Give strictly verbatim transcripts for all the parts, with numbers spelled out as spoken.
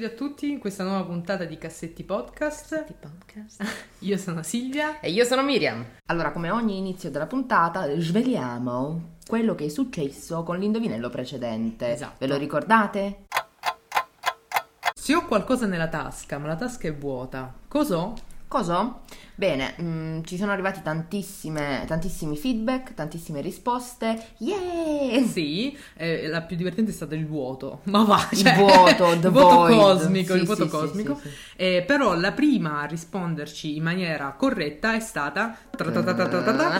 Salve a tutti in questa nuova puntata di Cassetti Podcast. Cassetti Podcast. Io sono Silvia. E io sono Miriam. Allora, come ogni inizio della puntata, sveliamo quello che è successo con l'indovinello precedente. Esatto. Ve lo ricordate? Se ho qualcosa nella tasca, ma la tasca è vuota, cos'ho? Cosa? Bene, mh, ci sono arrivati tantissime, tantissimi feedback, tantissime risposte. Yeah! Sì, eh, la più divertente è stato il vuoto. Ma va, Il cioè, vuoto, il the vuoto void. cosmico, Sì, il vuoto sì, sì, cosmico. sì, sì. Eh, però la prima a risponderci in maniera corretta è stata tra-ta-ta-ta-ta-ta,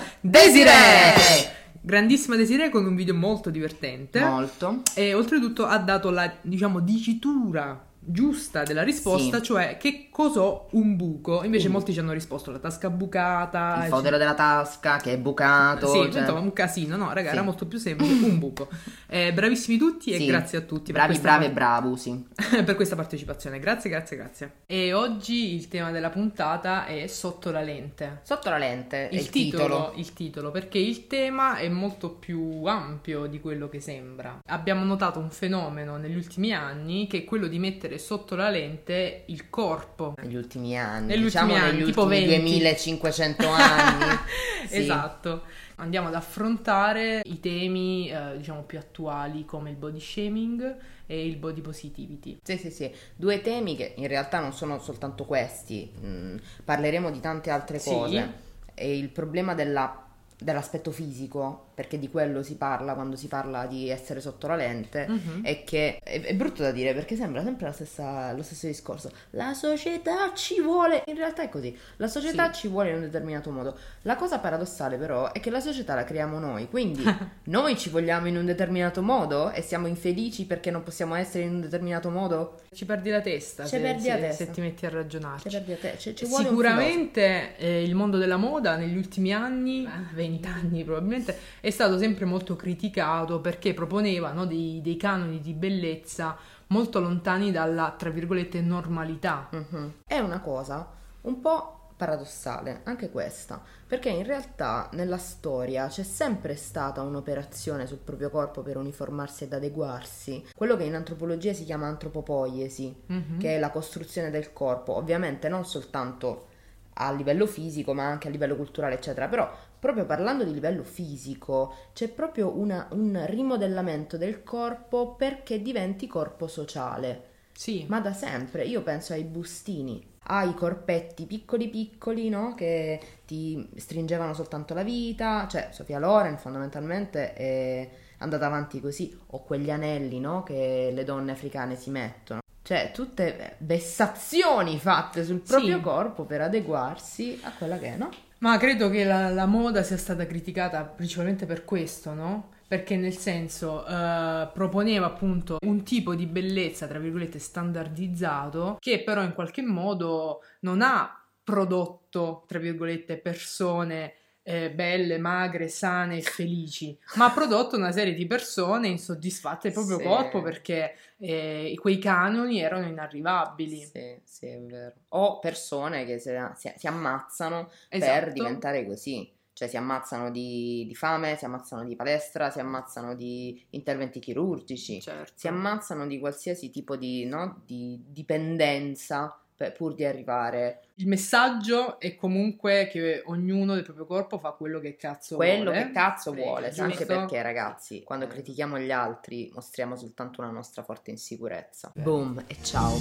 Desiree! Grandissima Desiree con un video molto divertente. Molto. E oltretutto ha dato la, diciamo, dicitura giusta della risposta, Sì. cioè che cos'ho un buco. Invece Mm. molti ci hanno risposto la tasca bucata, Il fodero della tasca che è bucato. sì, cioè... insomma un casino. No raga, Sì. era molto più semplice, un buco. Eh, bravissimi tutti e Sì. grazie a tutti per Bravi, questa bravi e par- bravu, sì. per questa partecipazione. Grazie, grazie, grazie. E oggi il tema della puntata è sotto la lente. Sotto la lente è Il, il titolo, titolo. il titolo, perché il tema è molto più ampio di quello che sembra. Abbiamo notato un fenomeno negli ultimi anni che è quello di mettere sotto la lente il corpo. Negli ultimi anni, Negli diciamo ultimi anni, negli tipo ultimi venti. duemilacinquecento anni. Sì. Esatto. Andiamo ad affrontare i temi eh, diciamo più attuali come il body shaming e il body positivity. Sì, sì, sì, due temi che in realtà non sono soltanto questi, mm, parleremo di tante altre Sì. cose. E il problema della- dell'aspetto fisico, perché di quello si parla quando si parla di essere sotto la lente, Mhm. è che è, è brutto da dire perché sembra sempre la stessa, lo stesso discorso. La società ci vuole, in realtà è così, la società Sì. ci vuole in un determinato modo. La cosa paradossale però è che la società la creiamo noi, quindi noi ci vogliamo in un determinato modo e siamo infelici perché non possiamo essere in un determinato modo. Ci perdi la testa, Ci se, perdi se- la testa. se ti metti a ragionarci. Ci perdi a te, ci- ci vuole un Sicuramente eh, il mondo della moda negli ultimi anni, venti anni probabilmente, è stato sempre molto criticato perché proponeva, no, dei, dei canoni di bellezza molto lontani dalla, tra virgolette, normalità. Mhm. È una cosa un po' paradossale, anche questa, perché in realtà nella storia c'è sempre stata un'operazione sul proprio corpo per uniformarsi ed adeguarsi, quello che in antropologia si chiama antropopoiesi, Mhm. che è la costruzione del corpo, ovviamente non soltanto a livello fisico ma anche a livello culturale eccetera, però proprio parlando di livello fisico c'è proprio una- un rimodellamento del corpo perché diventi corpo sociale. Sì. Ma da sempre, io penso ai bustini, ai corpetti piccoli piccoli, no? Che ti stringevano soltanto la vita, cioè Sofia Loren fondamentalmente è andata avanti così, o quegli anelli, no? Che le donne africane si mettono. Cioè tutte vessazioni fatte sul proprio Sì. corpo per adeguarsi a quella che è, no? Ma credo che la, la moda sia stata criticata principalmente per questo, no? Perché nel senso eh, proponeva appunto un tipo di bellezza, tra virgolette, standardizzato, che però in qualche modo non ha prodotto, tra virgolette, persone eh, belle, magre, sane e felici, ma ha prodotto una serie di persone insoddisfatte del proprio Sì. corpo perché eh, quei canoni erano inarrivabili. Sì, sì, è vero. O persone che si, si- si ammazzano Esatto. per diventare così. Cioè si ammazzano di, di fame, si ammazzano di palestra, si ammazzano di interventi chirurgici, Certo. si ammazzano di qualsiasi tipo di, no, di dipendenza per- pur di arrivare. Il messaggio è comunque che ognuno del proprio corpo fa quello che cazzo Quello vuole. che cazzo Sì, vuole, giusto? anche perché ragazzi, quando Eh. critichiamo gli altri mostriamo soltanto una nostra forte insicurezza. Eh. Boom, e ciao.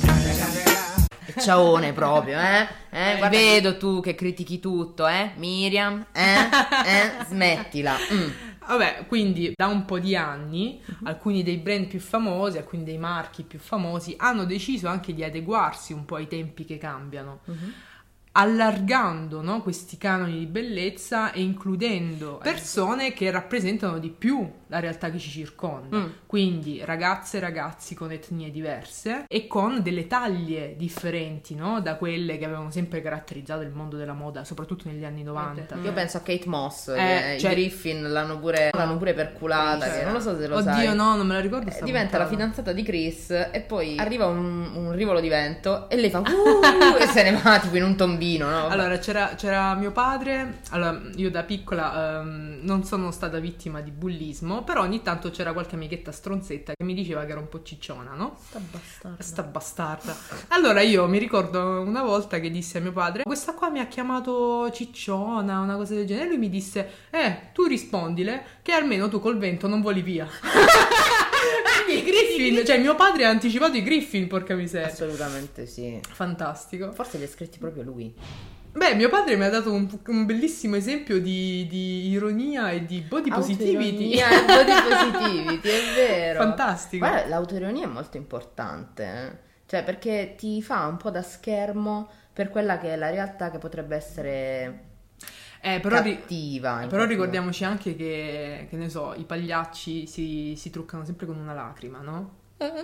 E ciaone proprio, eh? eh guarda, vedo tu che critichi tutto, eh? Miriam, eh? eh? Smettila. Mm. Vabbè, quindi da un po' di anni alcuni dei brand più famosi, alcuni dei marchi più famosi hanno deciso anche di adeguarsi un po' ai tempi che cambiano, allargando, no, questi canoni di bellezza e includendo persone che rappresentano di più la realtà che ci circonda. Mm. Quindi ragazze e ragazzi con etnie diverse e con delle taglie differenti, no, da quelle che avevano sempre caratterizzato il mondo della moda, soprattutto negli anni novanta. Io penso a Kate Moss, Eh, che cioè- i Griffin l'hanno pure, l'hanno pure perculata, Cioè, che non lo so se lo Oddio, sai. no, non me la ricordo. Eh, sta diventa la puntata. fidanzata di Chris e poi arriva un, un rivolo di vento e lei fa uh, e se ne va tipo in un tombino bambino, no? Allora, c'era, c'era mio padre. Allora, io da piccola ehm, non sono stata vittima di bullismo, però ogni tanto c'era qualche amichetta stronzetta che mi diceva che ero un po' cicciona, no? Sta bastarda. Sta bastarda. Allora io mi ricordo una volta che dissi a mio padre: questa qua mi ha chiamato cicciona, una cosa del genere. E lui mi disse: eh, tu rispondile che almeno tu col vento non voli via. I Griffin, cioè mio padre ha anticipato i Griffin, porca miseria. Assolutamente sì. Fantastico. Forse li ha scritti proprio lui. Beh, mio padre mi ha dato un, un bellissimo esempio di, di ironia e di body positivity. Autoironia e body positivity, è vero. Fantastico. Guarda, l'autoironia è molto importante, eh? Cioè perché ti fa un po' da schermo per quella che è la realtà che potrebbe essere Eh, però, cattiva. ri- però ricordiamoci anche che, che ne so, i pagliacci si, si truccano sempre con una lacrima, no?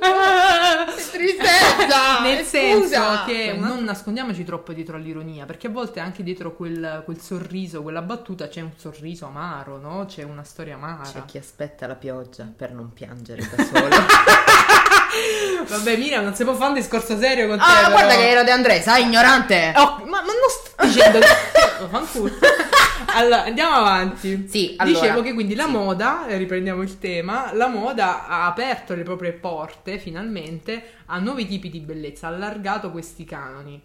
Tristezza! Nel scusa! senso che non nascondiamoci troppo dietro all'ironia, perché a volte anche dietro quel, quel sorriso, quella battuta c'è un sorriso amaro, no? C'è una storia amara. C'è chi aspetta la pioggia per non piangere da solo. Vabbè, Miriam, non si può fare un discorso serio con te. Ah, però. guarda che ero De André, sai, ignorante! Oh, ma, ma non sto dicendo che... Fanculo. Allora, andiamo avanti. Sì, allora, Dicevo che quindi la sì. moda, eh, riprendiamo il tema, la moda ha aperto le proprie porte, finalmente, a nuovi tipi di bellezza, ha allargato questi canoni.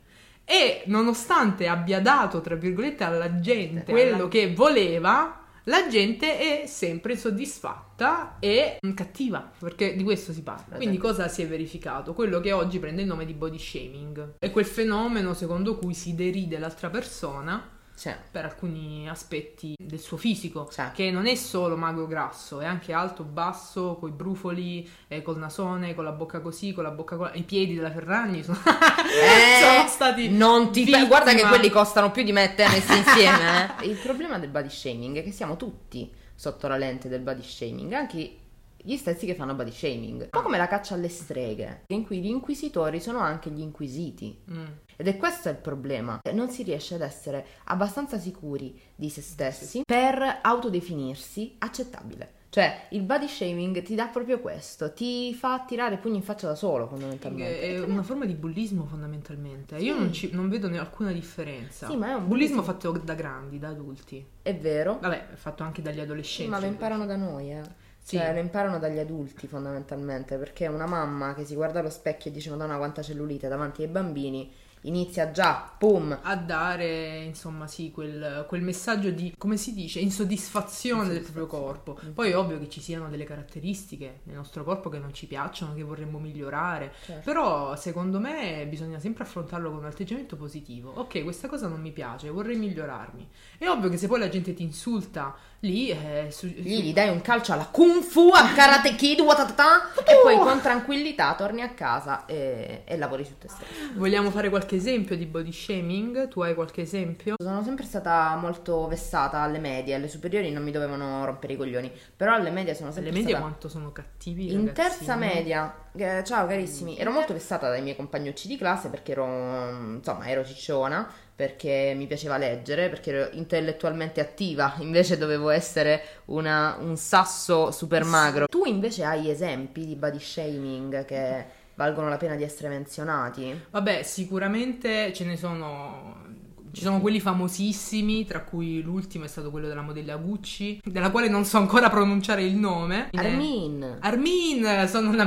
E nonostante abbia dato, tra virgolette, alla gente quello che voleva, la gente è sempre insoddisfatta e cattiva, perché di questo si parla. Quindi cosa si è verificato? Quello che oggi prende il nome di body shaming. È quel fenomeno secondo cui si deride l'altra persona C'è. per alcuni aspetti del suo fisico, C'è. che non è solo magro grasso, è anche alto, basso, coi brufoli, eh, col nasone, con la bocca così, con la bocca co- i piedi della Ferragni sono, Eh, sono stati non ti vittima. guarda che quelli costano più di me e te messi insieme, eh. Il problema del body shaming è che siamo tutti sotto la lente del body shaming, anche gli stessi che fanno body shaming, un po' come la caccia alle streghe, in cui gli inquisitori sono anche gli inquisiti. Mm. Ed è questo il problema, non si riesce ad essere abbastanza sicuri di se stessi per autodefinirsi accettabile. Cioè il body shaming ti dà proprio questo, ti fa tirare pugni in faccia da solo fondamentalmente. È una forma di bullismo fondamentalmente. Io Sì. non, ci, non vedo ne- alcuna differenza. Sì, ma è un bullismo bullismo- fatto da grandi, da adulti. È vero, Vabbè, è fatto anche dagli adolescenti. ma lo imparano da noi, eh. Sì. Cioè lo imparano dagli adulti fondamentalmente, perché una mamma che si guarda allo specchio e dice Madonna quanta cellulite davanti ai bambini inizia già, pum, A dare, insomma, sì, quel, quel messaggio di, come si dice, insoddisfazione del proprio corpo. Poi è ovvio che ci siano delle caratteristiche nel nostro corpo che non ci piacciono, che vorremmo migliorare. Certo. Però, secondo me, bisogna sempre affrontarlo con un atteggiamento positivo. Ok, questa cosa non mi piace, vorrei migliorarmi. È ovvio che se poi la gente ti insulta, lì... Eh, su, lì su- gli dai un calcio alla Kung Fu, a Karate Kid, watatata, e poi con tranquillità torni a casa e, e lavori su te stesso. Vogliamo fare qualche esempio di body shaming? Tu hai qualche esempio? Sono sempre stata molto vessata alle medie, alle superiori non mi dovevano rompere i coglioni, però alle medie sono sempre Le medie stata... quanto sono cattivi, In ragazzini. terza media, eh, ciao carissimi, ero molto vessata dai miei compagnucci di classe perché ero, insomma, ero cicciona, perché mi piaceva leggere, perché ero intellettualmente attiva, invece dovevo essere una, un sasso super magro. Tu invece hai esempi di body shaming che valgono la pena di essere menzionati? Vabbè, sicuramente ce ne sono. Ci sono quelli famosissimi, tra cui l'ultimo è stato quello della modella Gucci, della quale non so ancora pronunciare il nome. Armin! Armin, sono una.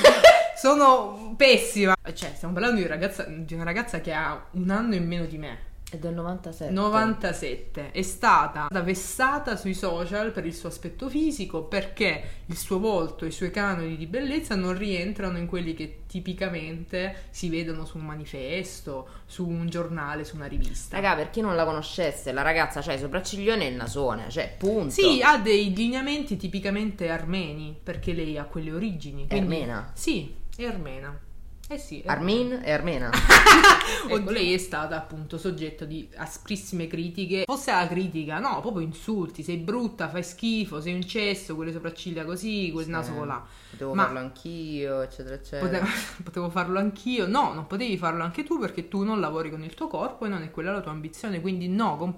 sono pessima. Cioè, stiamo parlando di una ragazza, di una ragazza che ha un anno in meno di me. È del novantasette. novantasette. È stata vessata sui social per il suo aspetto fisico, perché il suo volto e i suoi canoni di bellezza non rientrano in quelli che tipicamente si vedono su un manifesto, su un giornale, su una rivista. Raga, per chi non la conoscesse, la ragazza c'ha i sopracciglioni e il nasone, cioè punto. Sì, ha dei lineamenti tipicamente armeni, perché lei ha quelle origini. È quindi- armena. Sì, è armena. Eh sì, è Armin e Armena. Ecco, lei è stata appunto soggetto di asprissime critiche. Fosse la critica, no, proprio insulti. Sei brutta, fai schifo, sei un cesso, quelle sopracciglia così, quel Sì. naso colà. Potevo Ma- farlo anch'io, eccetera, eccetera. Potevo, potevo farlo anch'io. No, non potevi farlo anche tu perché tu non lavori con il tuo corpo e non è quella la tua ambizione. Quindi no, compà,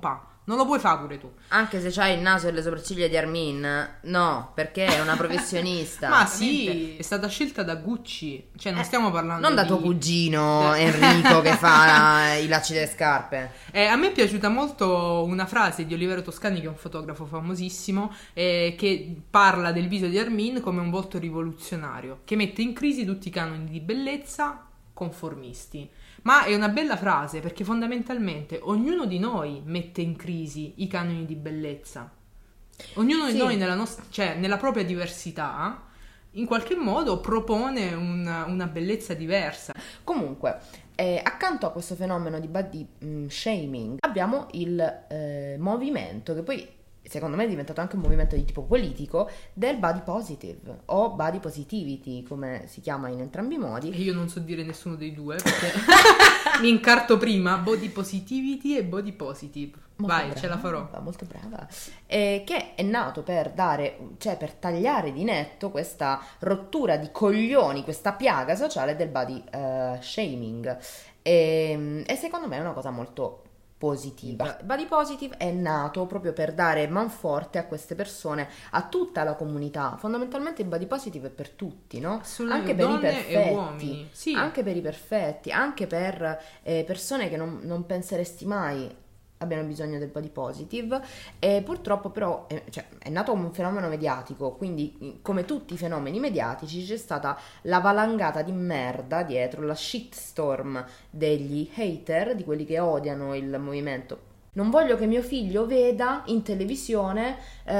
non lo puoi fare pure tu. Anche se c'hai il naso e le sopracciglia di Armin, no, perché è una professionista. Ma sì, è stata scelta da Gucci, cioè non Eh, stiamo parlando non da di... tuo cugino Enrico che fa i lacci delle scarpe. Eh, a me è piaciuta molto una frase di Olivero Toscani, che è un fotografo famosissimo, eh, che parla del viso di Armin come un volto rivoluzionario, che mette in crisi tutti i canoni di bellezza conformisti. Ma è una bella frase, perché fondamentalmente ognuno di noi mette in crisi i canoni di bellezza. Ognuno Sì. di noi nella, nostra, cioè, nella propria diversità in qualche modo propone una, una bellezza diversa. Comunque, eh, accanto a questo fenomeno di body mm, shaming abbiamo il eh, movimento, che poi secondo me è diventato anche un movimento di tipo politico, del body positive o body positivity, come si chiama in entrambi i modi. E io non so dire nessuno dei due, perché mi incarto prima body positivity e body positive. Molto Vai, brava, ce la farò. Molto brava. Eh, che è nato per dare, cioè per tagliare di netto questa rottura di coglioni, questa piaga sociale del body eh, shaming. E, e secondo me è una cosa molto positiva. Il body positive è nato proprio per dare manforte a queste persone, a tutta la comunità. Fondamentalmente il body positive è per tutti, no? Assolutamente, Anche per i donne e perfetti, uomini. Sì. anche per i perfetti, anche per eh, persone che non, non penseresti mai abbiano bisogno del body positive. E purtroppo però eh, cioè, è nato un fenomeno mediatico, quindi come tutti i fenomeni mediatici c'è stata la valangata di merda dietro, la shitstorm degli hater, di quelli che odiano il movimento. Non voglio che mio figlio veda in televisione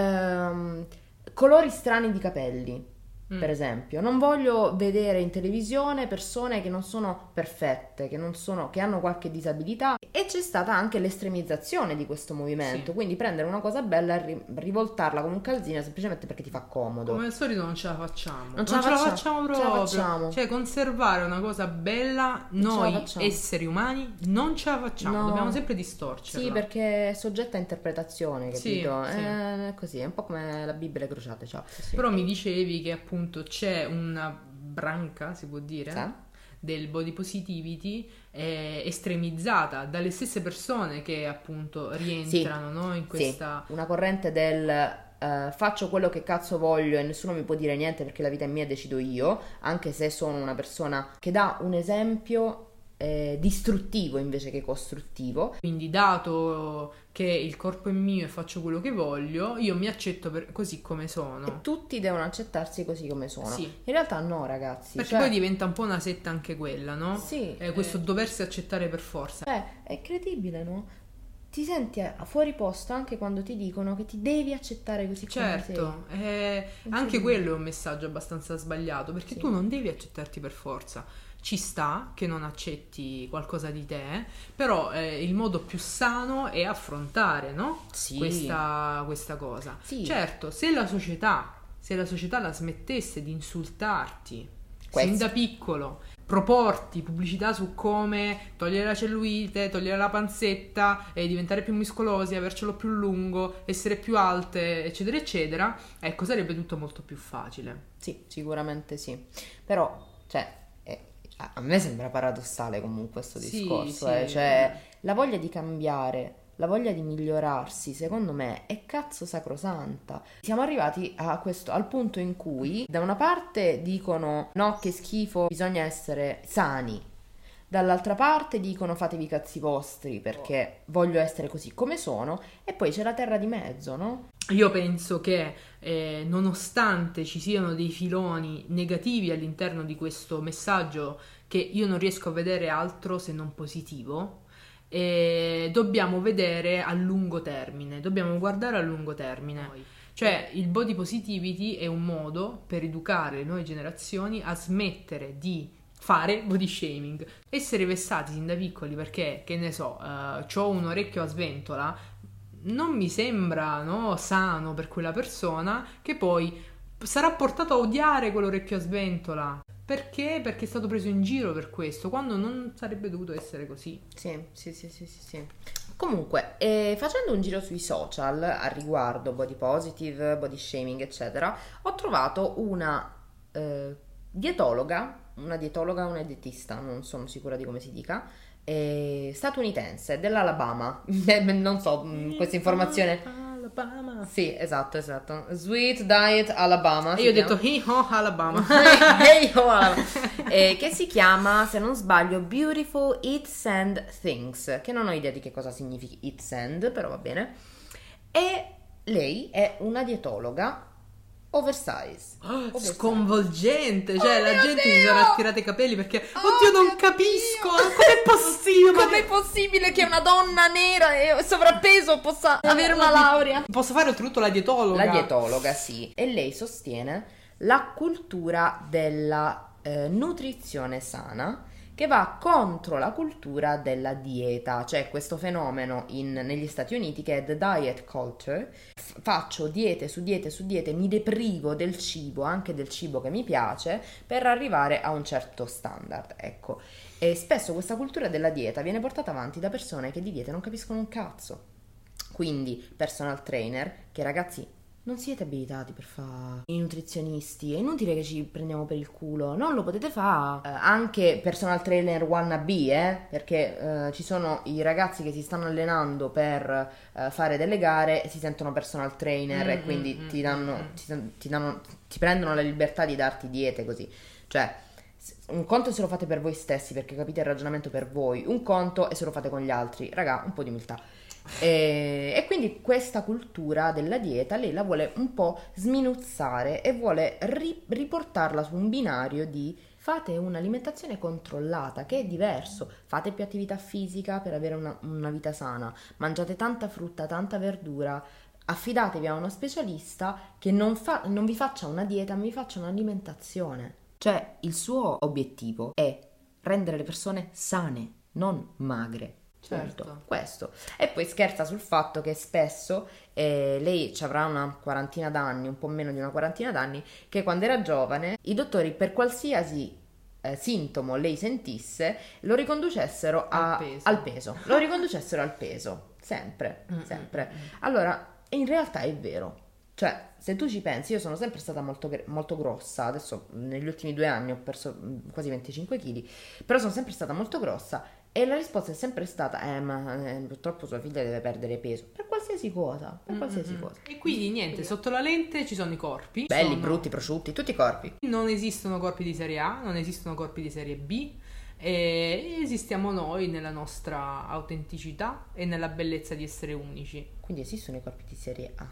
ehm, colori strani di capelli. Mm. Per esempio, non voglio vedere in televisione persone che non sono perfette, che non sono, che hanno qualche disabilità. E c'è stata anche l'estremizzazione di questo movimento, Sì. quindi prendere una cosa bella e ri- rivoltarla come un calzino semplicemente perché ti fa comodo. Come al solito non ce la facciamo. Non ce la facciamo, ce la proprio. facciamo. Cioè, conservare una cosa bella, Non ce la noi facciamo. esseri umani non ce la facciamo. No. Dobbiamo sempre distorcerla. Sì, perché è soggetta a interpretazione, Sì, capito? sì. È così, è un po' come la Bibbia e le crociate, ciao. Sì. Però mi dicevi che appunto c'è una branca, si può dire, Sì. del body positivity eh, estremizzata dalle stesse persone che appunto rientrano, no, in questa... Sì, una corrente del eh, faccio quello che cazzo voglio e nessuno mi può dire niente perché la vita è mia e decido io, anche se sono una persona che dà un esempio eh, distruttivo invece che costruttivo. Quindi, dato che il corpo è mio e faccio quello che voglio, io mi accetto per- così come sono. E tutti devono accettarsi così come sono. Sì. In realtà no, ragazzi. Perché cioè, poi diventa un po' una setta anche quella, no? Sì. Eh, questo doversi accettare per forza. Eh, è credibile, no? Ti senti a- fuori posto anche quando ti dicono che ti devi accettare così Certo, come eh, anche quello è un messaggio abbastanza sbagliato, perché Sì. tu non devi accettarti per forza. Ci sta che non accetti qualcosa di te, però eh, il modo più sano è affrontare, no? Sì. Questa, questa cosa. Sì. Certo, se la società, se la società la smettesse di insultarti Questo. sin da piccolo, proporti pubblicità su come togliere la cellulite, togliere la panzetta, e diventare più muscolosi, avercelo più lungo, essere più alte, eccetera, eccetera, ecco, sarebbe tutto molto più facile. Sì, sicuramente sì. Però, cioè, eh, a me sembra paradossale comunque questo Sì, discorso, sì. eh. Cioè, la voglia di cambiare, la voglia di migliorarsi, secondo me, è cazzo sacrosanta. Siamo arrivati a questo, al punto in cui, da una parte dicono no, che schifo, bisogna essere sani. Dall'altra parte dicono fatevi i cazzi vostri perché voglio essere così come sono, e poi c'è la terra di mezzo, no? Io penso che eh, nonostante ci siano dei filoni negativi all'interno di questo messaggio, che io non riesco a vedere altro se non positivo, eh, dobbiamo vedere a lungo termine, dobbiamo guardare a lungo termine. Cioè, il body positivity è un modo per educare le nuove generazioni a smettere di fare body shaming, essere vessati sin da piccoli perché, che ne so, uh, c'ho un orecchio a sventola, non mi sembra, no, sano per quella persona, che poi sarà portato a odiare quell'orecchio a sventola. Perché? Perché è stato preso in giro per questo, quando non sarebbe dovuto essere così. Sì, sì, sì, sì, sì, sì. Comunque, eh, facendo un giro sui social a riguardo body positive, body shaming, eccetera, ho trovato una eh, dietologa, una dietologa, una dietista, non sono sicura di come si dica, è statunitense, dell'Alabama. Non so, mh, questa informazione. Alabama. Sì, esatto, esatto. Sweet Diet Alabama. E io ho detto hey ho Alabama. Hey ho Alabama. Eh, che si chiama, se non sbaglio, Beautiful Eat Sand Things, che non ho idea di che cosa significhi eat sand, però va bene. E lei è una dietologa oversize. Oh, Oversize. Sconvolgente, cioè Oh la mio gente Dio! si sarà tirata i capelli perché Oh oddio non mio capisco, Dio! com'è possibile? Ma Com'è che- possibile che una donna nera e sovrappeso possa avere una laurea? Posso fare oltretutto la dietologa? La dietologa, sì. E lei sostiene la cultura della eh, nutrizione sana, che va contro la cultura della dieta, cioè questo fenomeno in- negli Stati Uniti che è the diet culture. F- faccio diete su diete su diete, mi deprivo del cibo, anche del cibo che mi piace, per arrivare a un certo standard, ecco. E spesso questa cultura della dieta viene portata avanti da persone che di dieta non capiscono un cazzo. Quindi personal trainer, che ragazzi non siete abilitati per fare i nutrizionisti, è inutile che ci prendiamo per il culo, non lo potete fare. Eh, anche personal trainer wannabe, eh, perché eh, ci sono i ragazzi che si stanno allenando per eh, fare delle gare e si sentono personal trainer Mm, e quindi mm, ti mm, danno, mm. ti, ti danno, ti prendono la libertà di darti diete così. Cioè, un conto è se lo fate per voi stessi perché capite il ragionamento per voi, un conto è se lo fate con gli altri. Raga, un po' di umiltà. E, e quindi questa cultura della dieta lei la vuole un po' sminuzzare e vuole ri- riportarla su un binario di fate un'alimentazione controllata, che è diverso, fate più attività fisica per avere una, una vita sana, mangiate tanta frutta, tanta verdura, affidatevi a uno specialista che non, fa- non vi faccia una dieta, ma vi faccia un'alimentazione. Cioè il suo obiettivo è rendere le persone sane, non magre. Certo. Punto. Questo. E poi scherza sul fatto che spesso eh, lei ci avrà una quarantina d'anni, un po' meno di una quarantina d'anni, che quando era giovane i dottori per qualsiasi eh, sintomo lei sentisse lo riconducessero a- Al peso. al peso. Lo riconducessero al peso, sempre, Mm, sempre. mm, mm. Allora, in realtà è vero. Cioè, se tu ci pensi, io sono sempre stata molto, gr- molto grossa, adesso negli ultimi due anni ho perso mm, quasi venticinque chili, però sono sempre stata molto grossa. E la risposta è sempre stata, eh ma eh, purtroppo sua figlia deve perdere peso, per qualsiasi cosa, per qualsiasi Mm-mm. cosa. E quindi niente, sotto la lente ci sono i corpi. Belli, sono- brutti, prosciutti, tutti i corpi. Non esistono corpi di serie A, non esistono corpi di serie B, e esistiamo noi nella nostra autenticità e nella bellezza di essere unici. Quindi esistono i corpi di serie A.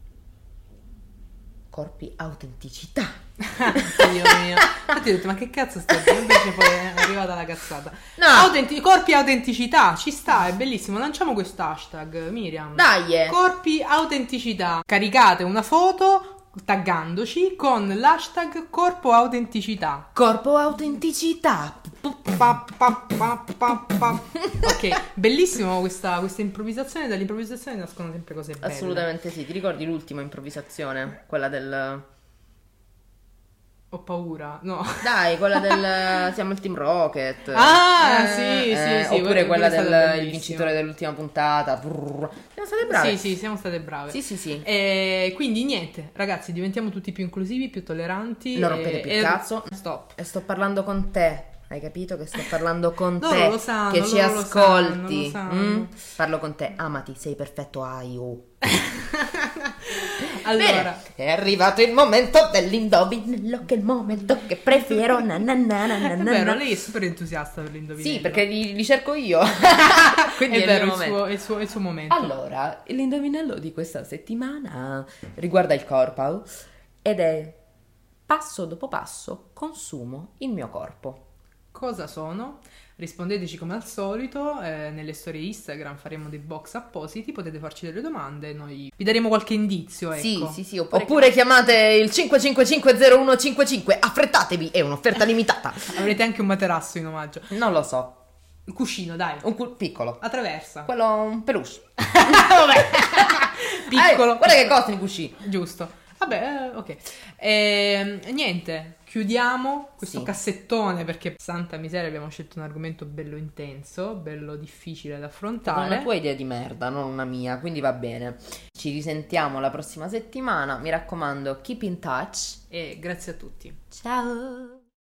Corpi autenticità. Dio mio. Infatti ho detto, ma che cazzo stai dicendo? Invece poi è arrivata la cazzata. No. Autenti- corpi autenticità, ci sta, è bellissimo. Lanciamo questo hashtag, Miriam. Dai! eh. Corpi autenticità. Caricate una foto taggandoci con l'hashtag corpo autenticità. Corpo autenticità. Pa, pa, pa, pa, pa. Ok, bellissimo questa, questa improvvisazione. Dall'improvvisazione nascono sempre cose belle. Assolutamente sì. Ti ricordi l'ultima improvvisazione? Quella del... Ho paura. No. Dai, quella del... Siamo il Team Rocket. Ah, sì, sì, sì, Oppure quella- quella quella è stata del il bellissima. vincitore dell'ultima puntata. Brrr. Siamo state brave. Sì, sì, siamo state brave. Sì, sì, sì. E quindi niente, ragazzi, diventiamo tutti più inclusivi, più tolleranti. Non e- rompete più il e- cazzo. Stop. E sto parlando con te. Hai capito che sto parlando con Loro te? lo sanno, che ci loro lo ascolti. sanno, lo mm? sanno. Parlo con te. Amati, sei perfetto. Ai, oh. Allora, Bene, è arrivato il momento dell'indovinello, che è il momento che prefiero. Na, na, na, na, na, è na, vero, na. lei è super entusiasta per l'indovinello. Sì, perché li, li cerco io. Quindi è è, vero, il il mio momento. suo, è il suo- è il suo momento. Allora, l'indovinello di questa settimana riguarda il corpo ed è: passo dopo passo consumo il mio corpo. Cosa sono? Rispondeteci come al solito, eh, nelle storie Instagram faremo dei box appositi, potete farci delle domande e noi vi daremo qualche indizio, ecco. Sì, sì, sì, oppure, oppure chiamate il cinque cinque cinque zero uno cinque cinque, affrettatevi, è un'offerta limitata. Avrete anche un materasso in omaggio. Non lo so, Un cuscino, dai. un cu- piccolo, Attraversa. quello un peluche. Vabbè. Piccolo. Eh, guarda che costano i cuscini. Giusto. Vabbè, eh, ok. Ehm, niente, chiudiamo questo Sì. cassettone perché, santa miseria, abbiamo scelto un argomento bello intenso, bello difficile da È affrontare. una tua idea di merda, non una mia, quindi va bene. Ci risentiamo la prossima settimana, mi raccomando, keep in touch. E grazie a tutti. Ciao!